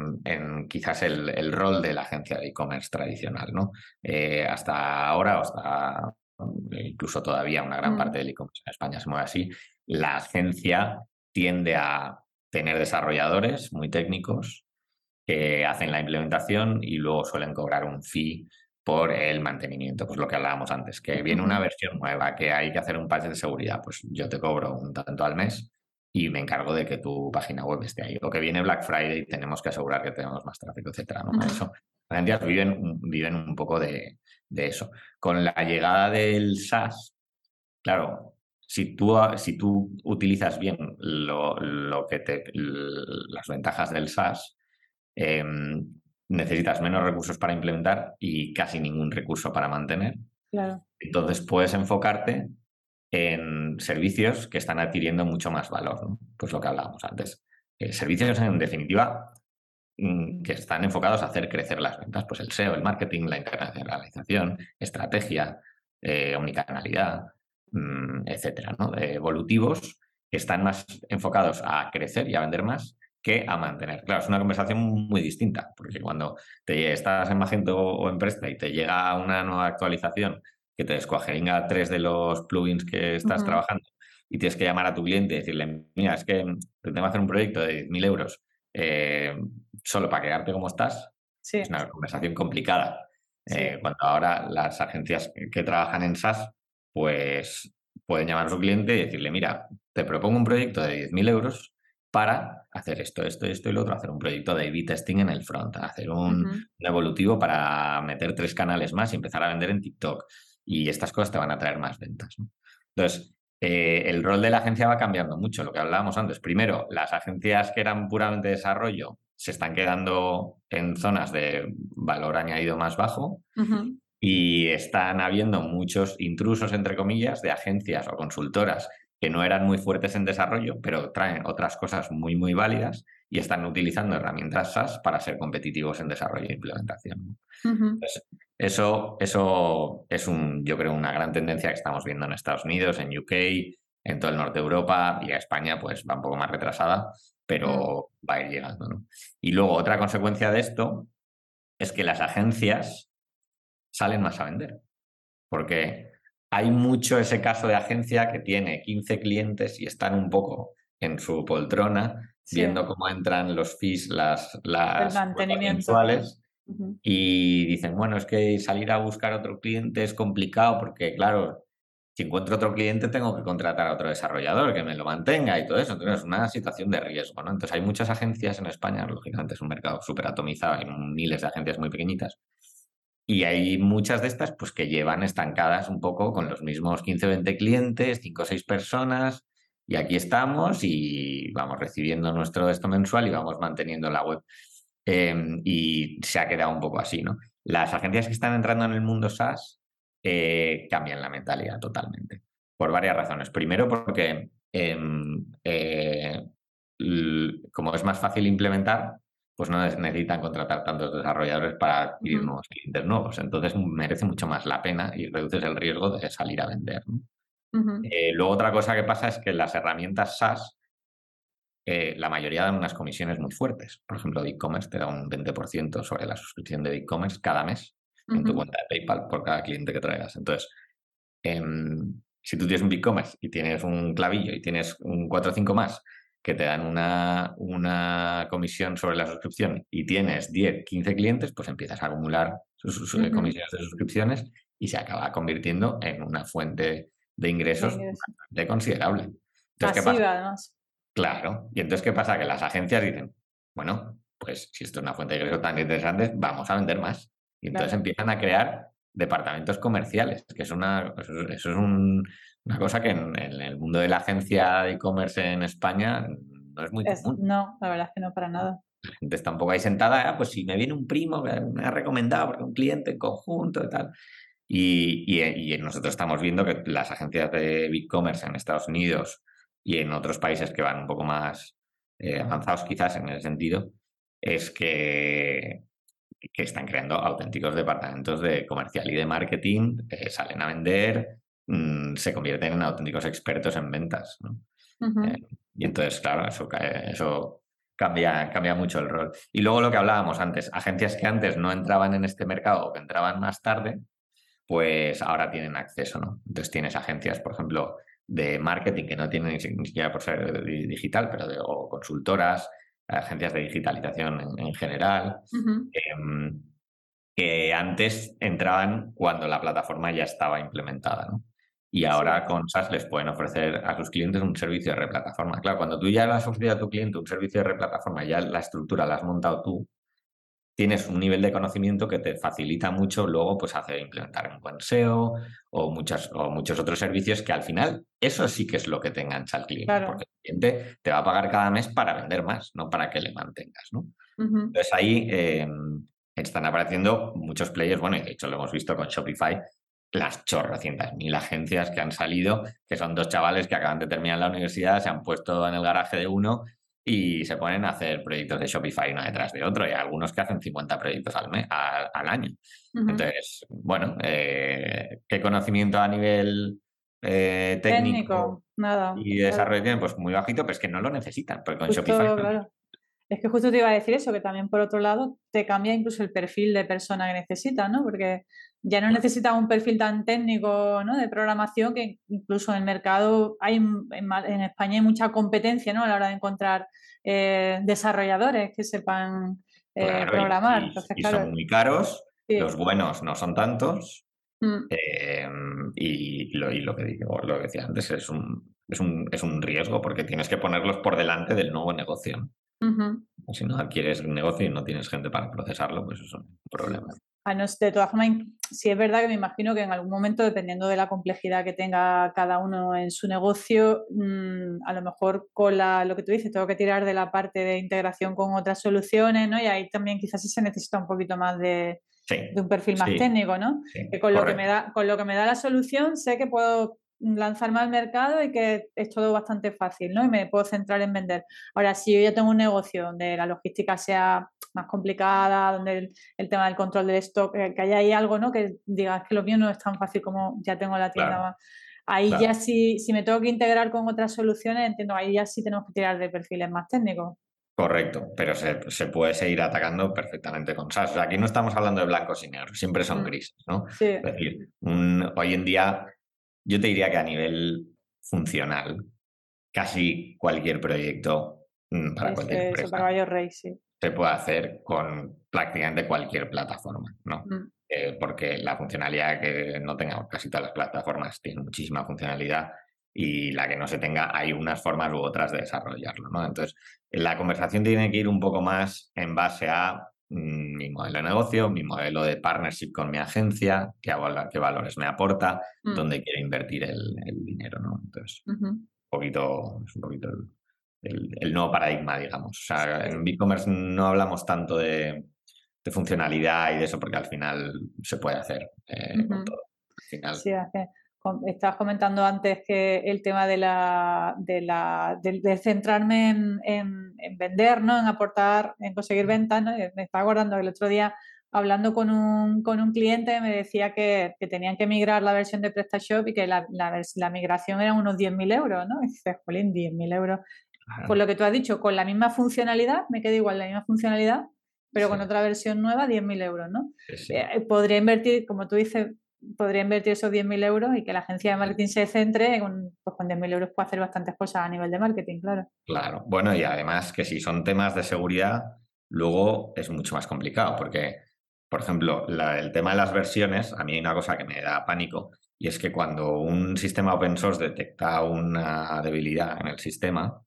en quizás el, el rol de la agencia de e-commerce tradicional, ¿no? Eh, hasta ahora, o hasta incluso todavía una gran uh-huh. parte del e-commerce en España se mueve así, la agencia tiende a tener desarrolladores muy técnicos que hacen la implementación y luego suelen cobrar un fee por el mantenimiento, pues lo que hablábamos antes, que viene una versión nueva, que hay que hacer un patch de seguridad, pues yo te cobro un tanto al mes y me encargo de que tu página web esté ahí. O que viene Black Friday y tenemos que asegurar que tenemos más tráfico, etcétera, ¿no? Eso, las agencias viven, viven un poco de, de eso. Con la llegada del SaaS, claro, si tú, si tú utilizas bien lo, lo que te, las ventajas del SaaS, Eh, necesitas menos recursos para implementar y casi ningún recurso para mantener. Claro. Entonces puedes enfocarte en servicios que están adquiriendo mucho más valor, ¿no? Pues lo que hablábamos antes. Eh, servicios, en definitiva, que están enfocados a hacer crecer las ventas. Pues el S E O, el marketing, la internacionalización, estrategia, eh, omnicanalidad, mmm, etcétera, ¿no? De evolutivos que están más enfocados a crecer y a vender más que a mantener. Claro, es una conversación muy distinta, porque cuando te estás en Magento o en Presta y te llega una nueva actualización que te descuajeringa tres de los plugins que estás Ujú. trabajando y tienes que llamar a tu cliente y decirle, mira, es que te tengo que hacer un proyecto de diez mil euros eh, solo para quedarte como estás, Sí, es una conversación complicada. sí. Eh, cuando ahora las agencias que, que trabajan en SaaS, pues pueden llamar a su cliente y decirle, mira, te propongo un proyecto de diez mil euros para hacer esto, esto, esto y lo otro, hacer un proyecto de A B testing en el front, hacer un, Ujú. un evolutivo para meter tres canales más y empezar a vender en TikTok. Y estas cosas te van a traer más ventas, ¿no? Entonces, eh, el rol de la agencia va cambiando mucho, lo que hablábamos antes. Primero, las agencias que eran puramente desarrollo se están quedando en zonas de valor añadido más bajo. Ujú. Y están habiendo muchos intrusos, entre comillas, de agencias o consultoras que no eran muy fuertes en desarrollo, pero traen otras cosas muy, muy válidas y están utilizando herramientas SaaS para ser competitivos en desarrollo e implementación. Ujú. Entonces, eso, eso es, un, yo creo, una gran tendencia que estamos viendo en Estados Unidos, en U K, en todo el norte de Europa, y a España pues va un poco más retrasada, pero va a ir llegando, ¿no? Y luego otra consecuencia de esto es que las agencias salen más a vender. Porque hay mucho ese caso de agencia que tiene quince clientes y están un poco en su poltrona Sí, viendo cómo entran los fees, las, el las cuotas mantenimiento. mensuales Ujú. y dicen, bueno, es que salir a buscar otro cliente es complicado porque, claro, si encuentro otro cliente tengo que contratar a otro desarrollador que me lo mantenga y todo eso. Entonces es una situación de riesgo, ¿no? Entonces hay muchas agencias en España, lógicamente es un mercado súper atomizado, hay miles de agencias muy pequeñitas y hay muchas de estas pues, que llevan estancadas un poco con los mismos quince o veinte clientes, cinco o seis personas, y aquí estamos y vamos recibiendo nuestro esto mensual y vamos manteniendo la web. Eh, y se ha quedado un poco así, ¿no? Las agencias que están entrando en el mundo SaaS eh, cambian la mentalidad totalmente, por varias razones. Primero, porque eh, eh, como es más fácil implementar, pues no necesitan contratar tantos desarrolladores para adquirir Ujú. nuevos clientes nuevos. Entonces merece mucho más la pena y reduces el riesgo de salir a vender, ¿no? Ujú. Eh, luego otra cosa que pasa es que las herramientas SaaS, eh, la mayoría dan unas comisiones muy fuertes. Por ejemplo, BigCommerce te da un veinte por ciento sobre la suscripción de BigCommerce cada mes en tu Ujú. cuenta de PayPal por cada cliente que traigas. Entonces, em, si tú tienes un BigCommerce y tienes un clavillo y tienes un cuatro o cinco más que te dan una, una comisión sobre la suscripción y tienes diez, quince clientes, pues empiezas a acumular sus, sus, eh, Ujú. comisiones de suscripciones y se acaba convirtiendo en una fuente de De ingresos ingreso. bastante considerable. Entonces, ¿qué pasa? Pasiva, además. Claro. Y entonces, ¿qué pasa? Que las agencias dicen, bueno, pues si esto es una fuente de ingresos tan interesante, vamos a vender más. Y entonces Claro. empiezan a crear departamentos comerciales, que es una, eso, es- eso es un- una cosa que en, en el mundo de la agencia de e-commerce en España no es muy Es, común. no, la verdad es que no para nada. La gente está un poco ahí sentada, "Ah, pues si me viene un primo que me ha recomendado, porque un cliente en conjunto y tal". Y, y- y nosotros estamos viendo que las agencias de e-commerce en Estados Unidos y en otros países que van un poco más eh, avanzados quizás en ese sentido, es que, que están creando auténticos departamentos de comercial y de marketing, eh, salen a vender, mm, se convierten en auténticos expertos en ventas, ¿no? Eh, Ujú. y entonces, claro, eso, ca- eso cambia, cambia mucho el rol. Y luego lo que hablábamos antes, agencias que antes no entraban en este mercado o que entraban más tarde, pues ahora tienen acceso, ¿no? Entonces tienes agencias, por ejemplo, de marketing que no tienen ni si- ni siquiera por ser di- digital, pero de, o consultoras, agencias de digitalización en, en general, Ujú. em, que antes entraban cuando la plataforma ya estaba implementada, ¿no? Y Sí. ahora con SaaS les pueden ofrecer a sus clientes un servicio de replataforma. Claro, cuando tú ya le has ofrecido a tu cliente un servicio de replataforma, ya la estructura la has montado tú, tienes un nivel de conocimiento que te facilita mucho luego pues hacer implementar un buen S E O o, muchas, o muchos otros servicios que al final eso sí que es lo que te engancha al cliente, Claro. porque el cliente te va a pagar cada mes para vender más, no para que le mantengas, ¿no? Ujú. Entonces ahí eh, están apareciendo muchos players, bueno, y de hecho lo hemos visto con Shopify, las chorrocientas mil agencias que han salido, que son dos chavales que acaban de terminar la universidad, se han puesto en el garaje de uno y se ponen a hacer proyectos de Shopify uno detrás de otro, y hay algunos que hacen cincuenta proyectos al, mes, al, al año. Uh-huh. Entonces, bueno, eh, ¿qué conocimiento a nivel eh, técnico, técnico nada, y desarrollo tienen? Pues muy bajito, pero es que no lo necesitan, porque con justo, Shopify... Claro. Es que justo te iba a decir eso, que también por otro lado te cambia incluso el perfil de persona que necesitas, ¿no? Porque ya no necesitas un perfil tan técnico, ¿no? De programación, que incluso en el mercado hay, en, en España hay mucha competencia, ¿no? A la hora de encontrar eh, desarrolladores que sepan eh, claro, programar. Y, Entonces, y claro, son muy caros, sí. Los buenos no son tantos. Mm. Eh, y, lo, y lo que digo, lo que decía antes, es un, es, un, es un riesgo, porque tienes que ponerlos por delante del nuevo negocio. Uh-huh. Si no adquieres un negocio y no tienes gente para procesarlo, pues eso es un problema. Ah, no, de todas formas, sí es verdad que me imagino que en algún momento, dependiendo de la complejidad que tenga cada uno en su negocio, mmm, a lo mejor con la, lo que tú dices, tengo que tirar de la parte de integración con otras soluciones, ¿no? Y ahí también quizás sí se necesita un poquito más de, sí, de un perfil más sí, técnico, ¿no? Sí, que con lo que, me da, con lo que me da la solución sé que puedo lanzarme al mercado y que es todo bastante fácil, ¿no? Y me puedo centrar en vender. Ahora, si yo ya tengo un negocio donde la logística sea más complicada, donde el, el tema del control del stock, eh, que haya ahí algo, ¿no? Que digas que lo mío no es tan fácil como ya tengo la tienda. Claro. Ahí claro. ya si, si me tengo que integrar con otras soluciones, entiendo, ahí ya sí tenemos que tirar de perfiles más técnicos. Correcto, pero se, se puede seguir atacando perfectamente con SaaS. O sea, aquí no estamos hablando de blancos y negros, siempre son mm. grises, ¿no? Sí. Es decir, un, hoy en día yo te diría que a nivel funcional, casi cualquier proyecto para es, cualquier empresa Super Mario Rey, sí. se puede hacer con prácticamente cualquier plataforma, ¿no? Mm. Eh, porque la funcionalidad que no tenga casi todas las plataformas tiene muchísima funcionalidad, y la que no se tenga hay unas formas u otras de desarrollarlo, ¿no? Entonces, la conversación tiene que ir un poco más en base a mmm, mi modelo de negocio, mi modelo de partnership con mi agencia, qué, qué valores me aporta, mm. dónde quiero invertir el, el dinero, ¿no? Entonces, uh-huh. un poquito, es un poquito el, el, el nuevo paradigma, digamos. O sea, sí. En BigCommerce no hablamos tanto de, de funcionalidad y de eso, porque al final se puede hacer eh, uh-huh. con todo. Al final... Sí, hace... Estabas comentando antes que el tema de la de, la, de, de centrarme en, en, en vender, ¿no? En aportar, en conseguir ventas, ¿no? Me estaba acordando que el otro día, hablando con un, con un cliente, me decía que, que tenían que migrar la versión de PrestaShop y que la, la, la migración era unos diez mil euros, ¿no? Y dices, jolín, diez mil euros. Ajá. Por lo que tú has dicho, con la misma funcionalidad, me queda igual la misma funcionalidad, pero sí. con otra versión nueva, diez mil euros, ¿no? Sí, sí. Eh, podría invertir, como tú dices, podría invertir esos diez mil euros y que la agencia de marketing se centre en, pues con diez mil euros puede hacer bastantes cosas a nivel de marketing, claro. Claro, bueno, y además que si son temas de seguridad, luego es mucho más complicado, porque, por ejemplo, la, el tema de las versiones, a mí hay una cosa que me da pánico, y es que cuando un sistema open source detecta una debilidad en el sistema,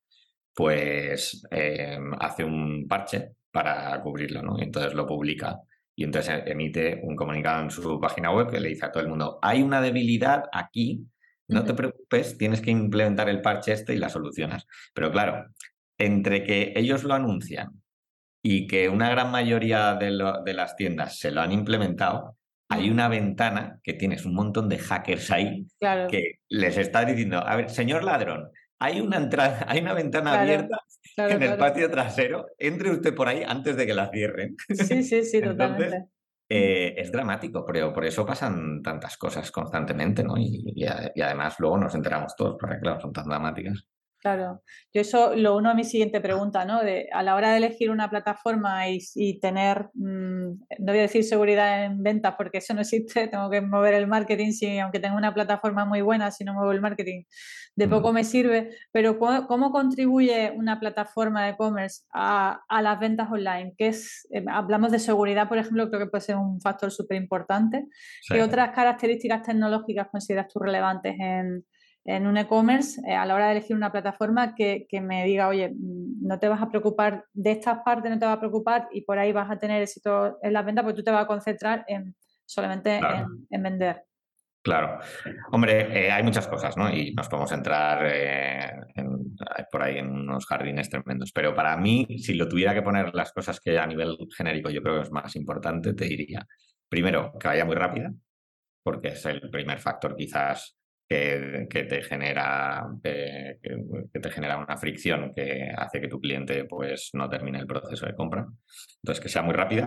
pues eh, hace un parche para cubrirlo, ¿no? Y entonces lo publica. Y entonces emite un comunicado en su página web que le dice a todo el mundo, hay una debilidad aquí, no te preocupes, tienes que implementar el parche este y la solucionas. Pero claro, entre que ellos lo anuncian y que una gran mayoría de, lo, de las tiendas se lo han implementado, hay una ventana que tienes un montón de hackers ahí, claro, que les está diciendo, a ver, señor ladrón, hay una entrada, hay una ventana claro, abierta claro, en el claro. patio trasero, entre usted por ahí antes de que la cierren. Sí, sí, sí, Entonces, totalmente. Eh, es dramático, pero por eso pasan tantas cosas constantemente, ¿no? Y, y, y además luego nos enteramos todos, porque claro, son tan dramáticas. Claro, yo eso lo uno a mi siguiente pregunta, ¿no? De, a la hora de elegir una plataforma y, y tener, mmm, no voy a decir seguridad en ventas porque eso no existe, tengo que mover el marketing, si, aunque tenga una plataforma muy buena, si no muevo el marketing, de poco mm. me sirve, pero ¿cómo, cómo contribuye una plataforma de e-commerce a, a las ventas online? ¿Qué es, eh, hablamos de seguridad, por ejemplo, creo que puede ser un factor súper importante. Sí. ¿Qué otras características tecnológicas consideras tú relevantes en en un e-commerce eh, a la hora de elegir una plataforma que, que me diga, oye, no te vas a preocupar de estas partes, no te vas a preocupar y por ahí vas a tener éxito en las ventas, porque tú te vas a concentrar en solamente claro. en, en vender? Claro. Hombre, eh, hay muchas cosas, ¿no? Y nos podemos entrar eh, en, por ahí en unos jardines tremendos. Pero para mí, si lo tuviera que poner las cosas que a nivel genérico yo creo que es más importante, te diría, primero, que vaya muy rápida, porque es el primer factor quizás que, que te genera, eh, que, que te genera una fricción que hace que tu cliente pues, no termine el proceso de compra. Entonces, que sea muy rápida,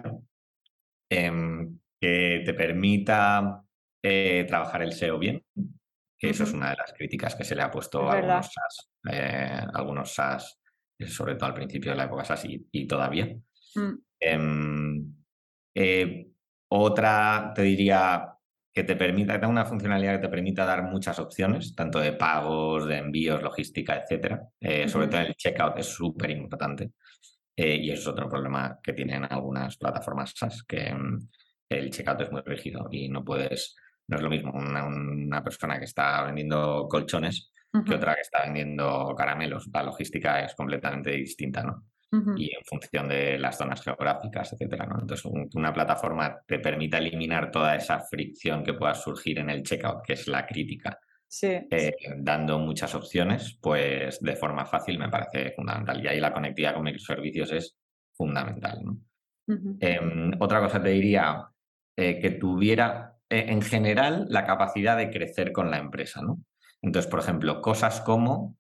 em, que te permita eh, trabajar el S E O bien, que eso es Ujú. una de las críticas que se le ha Es puesto a algunos verdad. SaaS, eh, algunos SaaS, sobre todo al principio de la época SaaS y, y todavía. Mm. Em, eh, Otra, te diría, que te permita, que tenga una funcionalidad que te permita dar muchas opciones, tanto de pagos, de envíos, logística, etcétera. Eh, sobre Ujú. todo el checkout es súper importante. Eh, y eso es otro problema que tienen algunas plataformas SaaS, que mm, el checkout es muy rígido y no puedes, no es lo mismo una, una persona que está vendiendo colchones que Ujú. otra que está vendiendo caramelos. La logística es completamente distinta, ¿no? Ujú. Y en función de las zonas geográficas, etcétera, ¿no? Entonces, un- una plataforma te permite eliminar toda esa fricción que pueda surgir en el checkout, que es la crítica, Sí. eh, dando muchas opciones, pues de forma fácil me parece fundamental. Y ahí la conectividad con microservicios es fundamental, ¿no? Ujú. Em, otra cosa te diría, eh, que tuviera eh, en general la capacidad de crecer con la empresa, ¿no? Entonces, por ejemplo, cosas como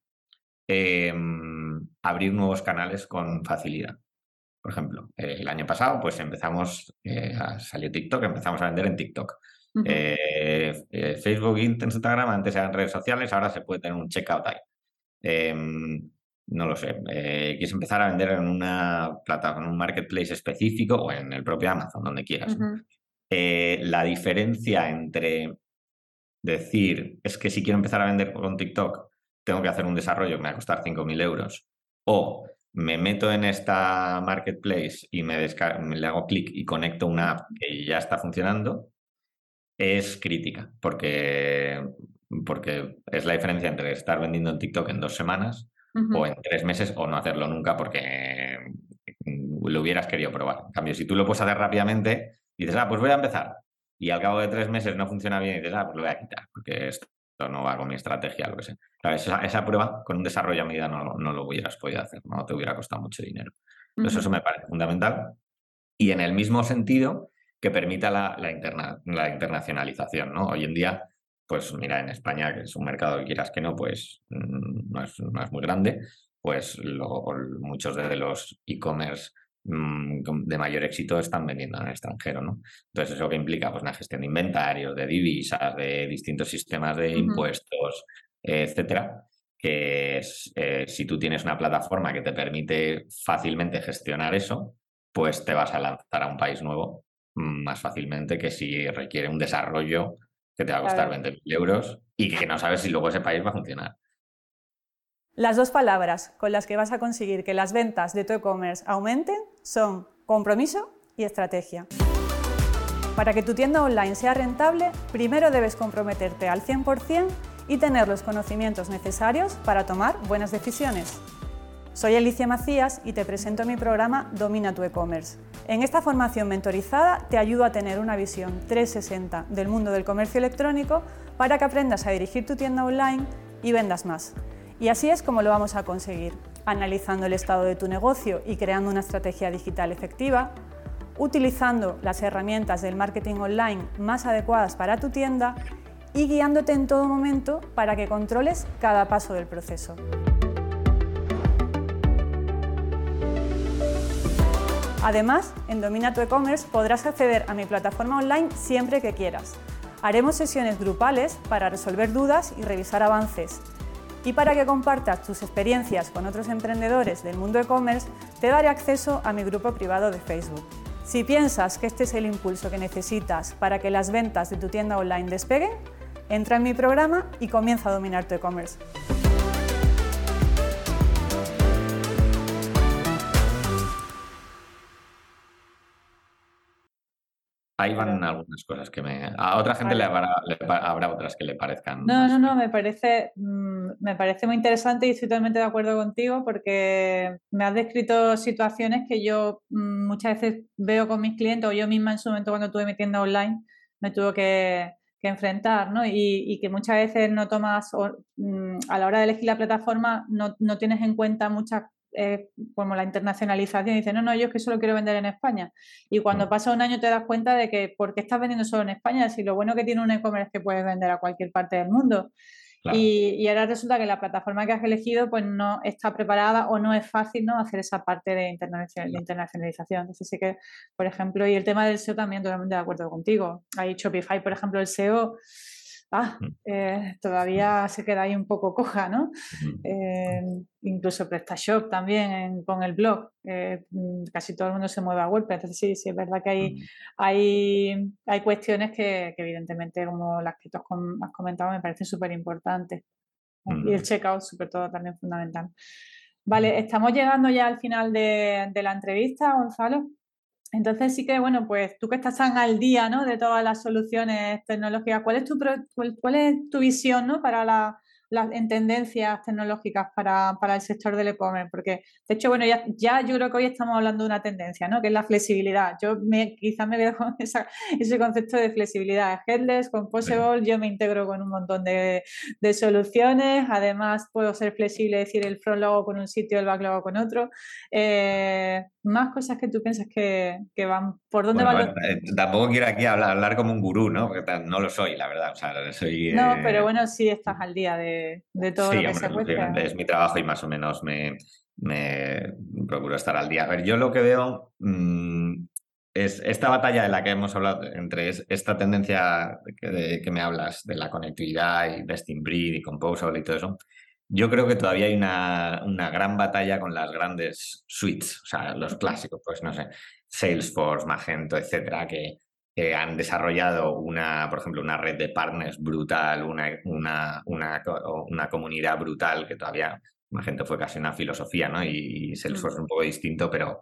em, abrir nuevos canales con facilidad. Por ejemplo, eh, el año pasado pues empezamos, eh, a- salió TikTok, empezamos a vender en TikTok. Ujú. Eh, eh, Facebook, Instagram, antes eran redes sociales, ahora se puede tener un checkout ahí. Em, no lo sé, eh, quieres empezar a vender en una plataforma, en un marketplace específico o en el propio Amazon, donde quieras, ¿no? Ujú. Eh, la diferencia entre decir, es que si quiero empezar a vender con TikTok, tengo que hacer un desarrollo que me va a costar cinco mil euros, o me meto en esta marketplace y me, descar- me le hago clic y conecto una app que ya está funcionando, es crítica, porque, porque es la diferencia entre estar vendiendo en TikTok en dos semanas o Ujú. en tres meses o no hacerlo nunca porque lo hubieras querido probar. En cambio, si tú lo puedes hacer rápidamente, dices, ah, pues voy a empezar. Y al cabo de tres meses no funciona bien y dices, ah, pues lo voy a quitar, porque esto no va con mi estrategia, lo que sea. Claro, esa, esa prueba con un desarrollo a medida no, no lo hubieras podido hacer, no te hubiera costado mucho dinero. Entonces, eso Ujú. me parece fundamental. Y en el mismo sentido, que permita la, la, interna, la internacionalización, ¿no? Hoy en día, pues mira, en España, que es un mercado que quieras que no, pues mm, no es, no es muy grande, pues lo, muchos de los e-commerce mm, de mayor éxito están vendiendo en el extranjero, ¿no? Entonces, ¿eso que implica? Pues una gestión de inventarios, de divisas, de distintos sistemas de Ujú. impuestos, eh, etcétera, que es, eh, si tú tienes una plataforma que te permite fácilmente gestionar eso, pues te vas a lanzar a un país nuevo mm, más fácilmente que si requiere un desarrollo que te va a costar Claro. veinte mil euros y que no sabes si luego ese país va a funcionar. Las dos palabras con las que vas a conseguir que las ventas de tu e-commerce aumenten son compromiso y estrategia. Para que tu tienda online sea rentable, primero debes comprometerte al cien por cien y tener los conocimientos necesarios para tomar buenas decisiones. Soy Alicia Macías y te presento mi programa Domina tu e-commerce. En esta formación mentorizada te ayudo a tener una visión trescientos sesenta del mundo del comercio electrónico para que aprendas a dirigir tu tienda online y vendas más. Y así es como lo vamos a conseguir, analizando el estado de tu negocio y creando una estrategia digital efectiva, utilizando las herramientas del marketing online más adecuadas para tu tienda y guiándote en todo momento para que controles cada paso del proceso. Además, en Domina tu e-commerce podrás acceder a mi plataforma online siempre que quieras. Haremos sesiones grupales para resolver dudas y revisar avances. Y para que compartas tus experiencias con otros emprendedores del mundo e-commerce, te daré acceso a mi grupo privado de Facebook. Si piensas que este es el impulso que necesitas para que las ventas de tu tienda online despeguen, entra en mi programa y comienza a dominar tu e-commerce. Ahí van Claro. algunas cosas que me... A otra gente le Vale. habrá, le pa- habrá otras que le parezcan No, no, más... no, me parece, mm, me parece muy interesante y estoy totalmente de acuerdo contigo porque me has descrito situaciones que yo mm, muchas veces veo con mis clientes o yo misma en su momento cuando tuve mi tienda online me tuve que, que enfrentar, ¿no? Y, y que muchas veces no tomas, o, mm, a la hora de elegir la plataforma, no, no tienes en cuenta muchas eh, como la internacionalización, y dices, no, no, yo es que solo quiero vender en España. Y cuando pasa un año te das cuenta de que, ¿por qué estás vendiendo solo en España? Si lo bueno que tiene un e-commerce es que puedes vender a cualquier parte del mundo. Claro. Y, y ahora resulta que la plataforma que has elegido pues no está preparada o no es fácil, ¿no?, hacer esa parte de, internacional, de internacionalización. Entonces sí que, por ejemplo, y el tema del S E O también totalmente de acuerdo contigo. Hay Shopify, por ejemplo, el S E O ah, eh, todavía se queda ahí un poco coja, ¿no? Eh, incluso PrestaShop también en, con el blog. Eh, casi todo el mundo se mueve a WordPress. Entonces sí, sí es verdad que hay, hay, hay cuestiones que, que evidentemente, como las que tú has comentado, me parecen súper importantes. Y el checkout, sobre todo, también fundamental. Vale, estamos llegando ya al final de, de la entrevista, Gonzalo. Entonces sí que, bueno, pues tú que estás tan al día, ¿no?, de todas las soluciones tecnológicas, ¿cuál es tu, cuál, cuál es tu visión, ¿no?, para la, la, en tendencias tecnológicas para, para el sector del e-commerce? Porque, de hecho, bueno, ya, ya yo creo que hoy estamos hablando de una tendencia, ¿no?, que es la flexibilidad. Yo me, quizás me quedo con esa, ese concepto de flexibilidad. Headless, composable, yo me integro con un montón de, de soluciones. Además, puedo ser flexible, decir el front logo con un sitio, el back logo con otro. Eh, más cosas que tú piensas que, que van, ¿por dónde bueno, van bueno, los... eh, tampoco quiero aquí hablar, hablar como un gurú, ¿no? Porque no lo soy, la verdad. O sea, soy, no, eh... pero bueno, sí estás al día de, de todo sí, lo que hombre, se cuece. Es mi trabajo y más o menos me, me procuro estar al día. A ver, yo lo que veo mmm, es esta batalla de la que hemos hablado entre esta tendencia que, de, que me hablas de la conectividad y best in breed y composable y todo eso. Yo creo que todavía hay una, una gran batalla con las grandes suites, o sea, los clásicos, pues no sé, Salesforce, Magento, etcétera, que, que han desarrollado una, por ejemplo, una red de partners brutal, una, una, una, una comunidad brutal que todavía Magento fue casi una filosofía, ¿no? Y, y Salesforce mm. un poco distinto, pero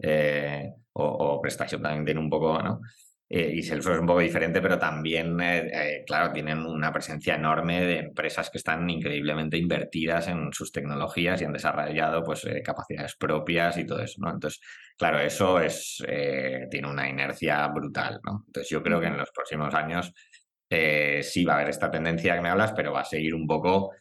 eh, o, o PrestaShop también tiene un poco, ¿no? Eh, y Salesforce es un poco diferente, pero también, eh, eh, claro, tienen una presencia enorme de empresas que están increíblemente invertidas en sus tecnologías y han desarrollado pues, eh, capacidades propias y todo eso, ¿no? Entonces, claro, eso es, eh, tiene una inercia brutal, ¿no? Entonces, yo creo que en los próximos años eh, sí va a haber esta tendencia que me hablas, pero va a seguir un poco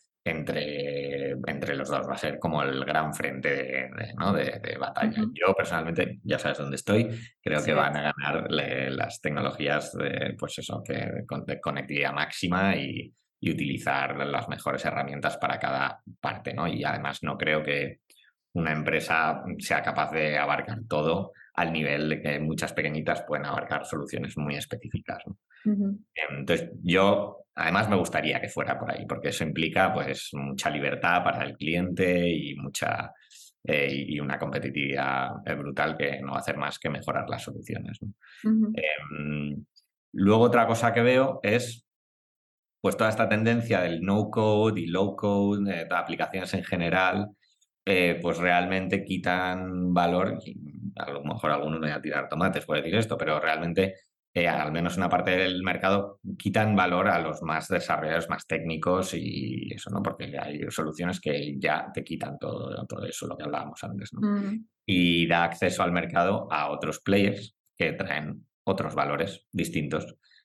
entre, entre los dos, va a ser como el gran frente de, de, ¿no? de, de batalla. Uh-huh. Yo personalmente, ya sabes dónde estoy, creo sí. que van a ganar le, las tecnologías de, pues eso, que, de conectividad máxima y, y utilizar las mejores herramientas para cada parte, ¿no? Y además no creo que una empresa sea capaz de abarcar todo al nivel de que muchas pequeñitas pueden abarcar soluciones muy específicas, ¿no? Uh-huh. Entonces, yo además me gustaría que fuera por ahí, porque eso implica pues mucha libertad para el cliente y mucha eh, y una competitividad brutal que no va a hacer más que mejorar las soluciones, ¿no? Uh-huh. eh, luego otra cosa que veo es pues toda esta tendencia del no-code y low-code, de aplicaciones en general, eh, pues realmente quitan valor. A lo mejor alguno me va a tirar tomates por decir esto, pero realmente Eh, al menos una parte del mercado quitan valor a los más desarrolladores, más técnicos y eso, ¿no? Porque hay soluciones que ya te quitan todo, todo eso, lo que hablábamos antes, ¿no? Mm. Y da acceso al mercado a otros players que traen otros valores distintos,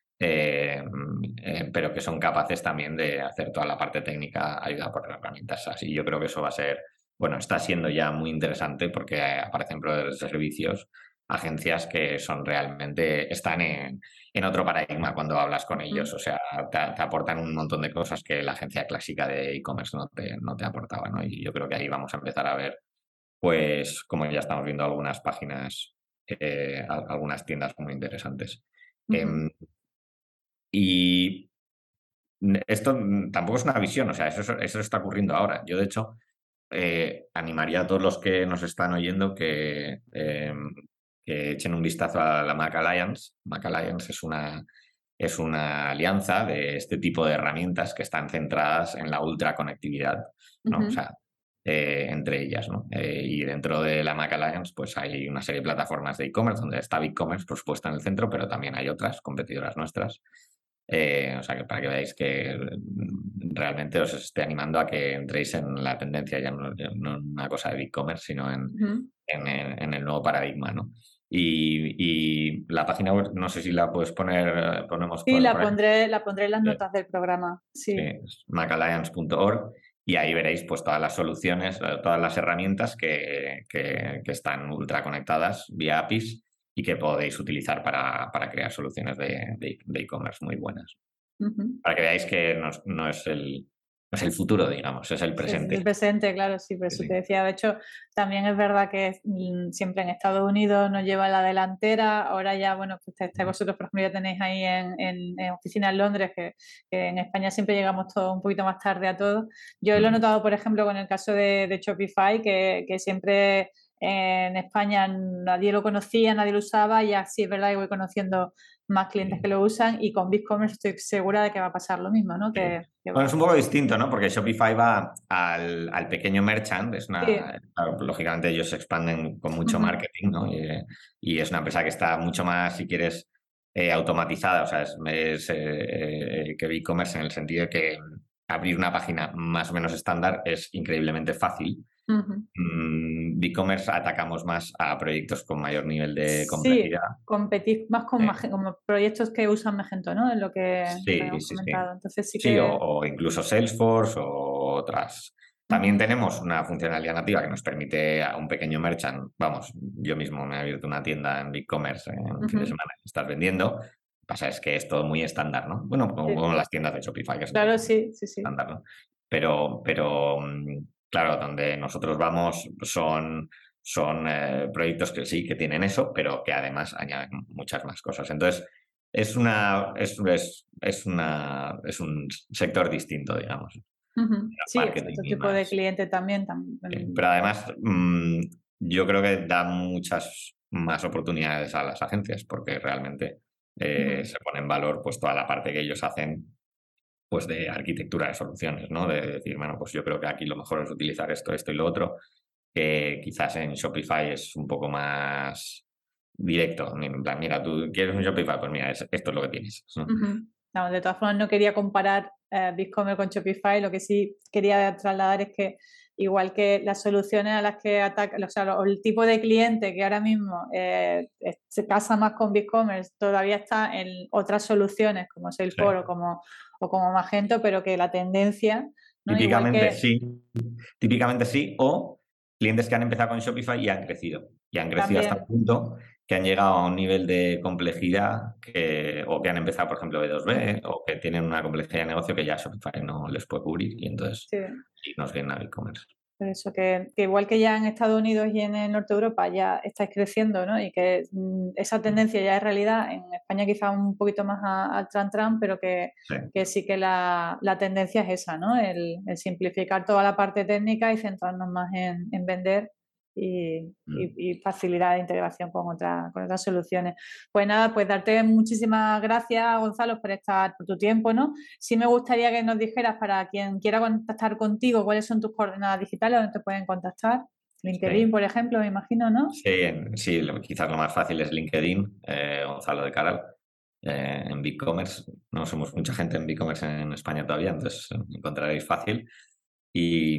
eh, eh, pero que son capaces también de hacer toda la parte técnica ayudada por herramientas así. Yo creo que eso va a ser, bueno, está siendo ya muy interesante porque aparecen proveedores de servicios, agencias que son realmente, están en, en otro paradigma cuando hablas con ellos, o sea, te, te aportan un montón de cosas que la agencia clásica de e-commerce no te, no te aportaba, ¿no? Y yo creo que ahí vamos a empezar a ver, pues, como ya estamos viendo algunas páginas, eh, algunas tiendas muy interesantes. Uh-huh. Eh, y esto tampoco es una visión, o sea, eso, eso está ocurriendo ahora. Yo, de hecho, eh, animaría a todos los que nos están oyendo que... Eh, que echen un vistazo a la Mac Alliance. Mac Alliance es una, es una alianza de este tipo de herramientas que están centradas en la ultraconectividad, ¿no? Uh-huh. O sea, eh, entre ellas, ¿no? Eh, y dentro de la Mac Alliance pues hay una serie de plataformas de e-commerce donde está BigCommerce, por supuesto, en el centro, pero también hay otras competidoras nuestras. Eh, o sea, que para que veáis que realmente os esté animando a que entréis en la tendencia, ya no, no en una cosa de BigCommerce, sino en, uh-huh. en, en, en el nuevo paradigma, ¿no? Y, y la página web, no sé si la puedes poner, ponemos sí, por, la por pondré, la pondré en las notas sí. del programa. Sí, sí, mac alliance punto org. y ahí veréis pues todas las soluciones, todas las herramientas que, que, que están ultra conectadas vía A P Is y que podéis utilizar para, para crear soluciones de e-commerce muy buenas. Uh-huh. Para que veáis que no, no es el... es el futuro, digamos, es el presente. Es el presente, claro, sí, por eso sí. Te decía. De hecho, también es verdad que siempre en Estados Unidos nos lleva la delantera. Ahora ya, bueno, pues estáis vosotros, por ejemplo, ya tenéis ahí en, en, en oficina en Londres, que, que en España siempre llegamos todo un poquito más tarde a todo. Yo mm. lo he notado, por ejemplo, con el caso de, de Shopify, que, que siempre en España nadie lo conocía, nadie lo usaba, y así es verdad que voy conociendo más clientes que lo usan, y con BigCommerce estoy segura de que va a pasar lo mismo, ¿no? Que, que bueno, es un poco distinto, ¿no? Porque Shopify va al, al pequeño merchant, es una, sí. claro, lógicamente ellos se expanden con mucho uh-huh. marketing, ¿no? Y, y es una empresa que está mucho más, si quieres, eh, automatizada, o sea, es, es eh, que BigCommerce, en el sentido de que abrir una página más o menos estándar es increíblemente fácil. Uh-huh. Mm, BigCommerce atacamos más a proyectos con mayor nivel de complejidad. Sí, competir más con eh. Magento, como proyectos que usan Magento, ¿no? Es lo que sí, hemos sí, comentado. Sí, Entonces, sí, sí que... o, o incluso Salesforce o otras. También uh-huh. tenemos una funcionalidad nativa que nos permite a un pequeño merchant, vamos, yo mismo me he abierto una tienda en BigCommerce en un uh-huh. fin de semana que estás vendiendo. Lo que pasa es que es todo muy estándar, ¿no? Bueno, como, sí. como las tiendas de Shopify, que es claro, sí, sí, sí. estándar, ¿no? Pero, pero claro, donde nosotros vamos son, son eh, proyectos que sí, que tienen eso, pero que además añaden muchas más cosas. Entonces, es una es, es, es una es un sector distinto, digamos. Uh-huh. Sí, es otro tipo más. de cliente también. también. Sí, pero además, mmm, yo creo que da muchas más oportunidades a las agencias, porque realmente eh, uh-huh. se pone en valor pues toda la parte que ellos hacen, pues de arquitectura de soluciones, ¿no? De decir, bueno, pues yo creo que aquí lo mejor es utilizar esto, esto y lo otro, que quizás en Shopify es un poco más directo. En plan, mira, tú quieres un Shopify, pues mira, es, esto es lo que tienes. Uh-huh. No, de todas formas, no quería comparar eh, BigCommerce con Shopify. Lo que sí quería trasladar es que, igual que las soluciones a las que ataca, o sea, el tipo de cliente que ahora mismo eh, se casa más con BigCommerce, todavía está en otras soluciones como Salesforce sí. o como o como Magento, pero que la tendencia, ¿no? Típicamente que... sí, típicamente sí, o clientes que han empezado con Shopify y han crecido, y han crecido También. hasta el punto que han llegado a un nivel de complejidad que, o que han empezado, por ejemplo, B dos B, o que tienen una complejidad de negocio que ya Shopify no les puede cubrir, y entonces sí, sí nos vienen a BigCommerce. Por eso, que, que igual que ya en Estados Unidos y en el norte de Europa ya estáis creciendo, ¿no? Y que mm, esa tendencia ya es realidad, en España quizá un poquito más al tran-tran, pero que sí, que, sí que la, la tendencia es esa, ¿no? El, el simplificar toda la parte técnica y centrarnos más en, en vender y, mm. y, y facilitar la integración con, otra, con otras soluciones. Pues nada, pues darte muchísimas gracias, Gonzalo, por estar, por tu tiempo, ¿no? Sí me gustaría que nos dijeras, para quien quiera contactar contigo, cuáles son tus coordenadas digitales, donde te pueden contactar. LinkedIn, sí. por ejemplo, me imagino, ¿no? Sí, sí, lo, quizás lo más fácil es LinkedIn, eh, Gonzalo de Caral, eh, en BigCommerce. No somos mucha gente en BigCommerce en España todavía, entonces encontraréis fácil. Y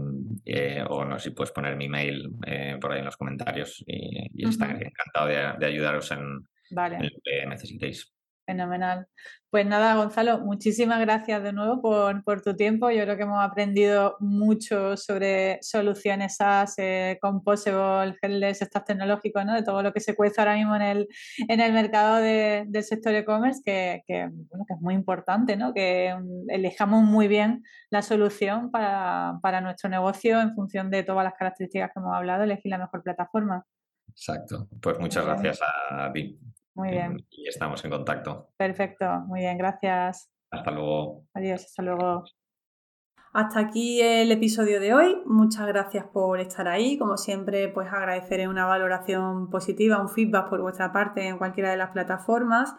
eh, o no sé si puedes poner mi mail eh, por ahí en los comentarios, y, y uh-huh. estaré encantado de, de ayudaros en, vale. en lo que necesitéis. Fenomenal. Pues nada, Gonzalo, muchísimas gracias de nuevo por, por tu tiempo. Yo creo que hemos aprendido mucho sobre soluciones SaaS, eh, Composable, Headless, Stack tecnológicos, ¿no? De todo lo que se cuece ahora mismo en el, en el mercado de, del sector e-commerce, que, que, bueno, que es muy importante, ¿no? Que elijamos muy bien la solución para, para nuestro negocio en función de todas las características que hemos hablado, elegir la mejor plataforma. Exacto. Pues muchas muy gracias bien. a ti. Muy bien. Y estamos en contacto. Perfecto, muy bien, gracias. Hasta luego. Adiós, hasta luego. Hasta aquí el episodio de hoy. Muchas gracias por estar ahí. Como siempre, pues agradeceré una valoración positiva, un feedback por vuestra parte en cualquiera de las plataformas.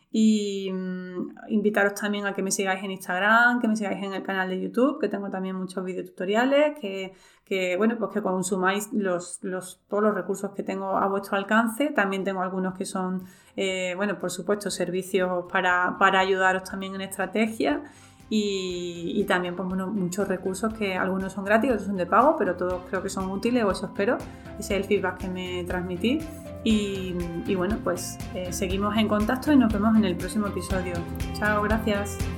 Y mmm, invitaros también a que me sigáis en Instagram, que me sigáis en el canal de YouTube, que tengo también muchos videotutoriales, que, que bueno, pues que consumáis los, los, todos los recursos que tengo a vuestro alcance. También tengo algunos que son, eh, bueno, por supuesto, servicios para, para ayudaros también en estrategia. Y, y también pues, bueno, muchos recursos que algunos son gratis, otros son de pago, pero todos creo que son útiles, o eso espero. Ese es el feedback que me transmitís. Y, y bueno, pues eh, seguimos en contacto y nos vemos en el próximo episodio. Chao, gracias.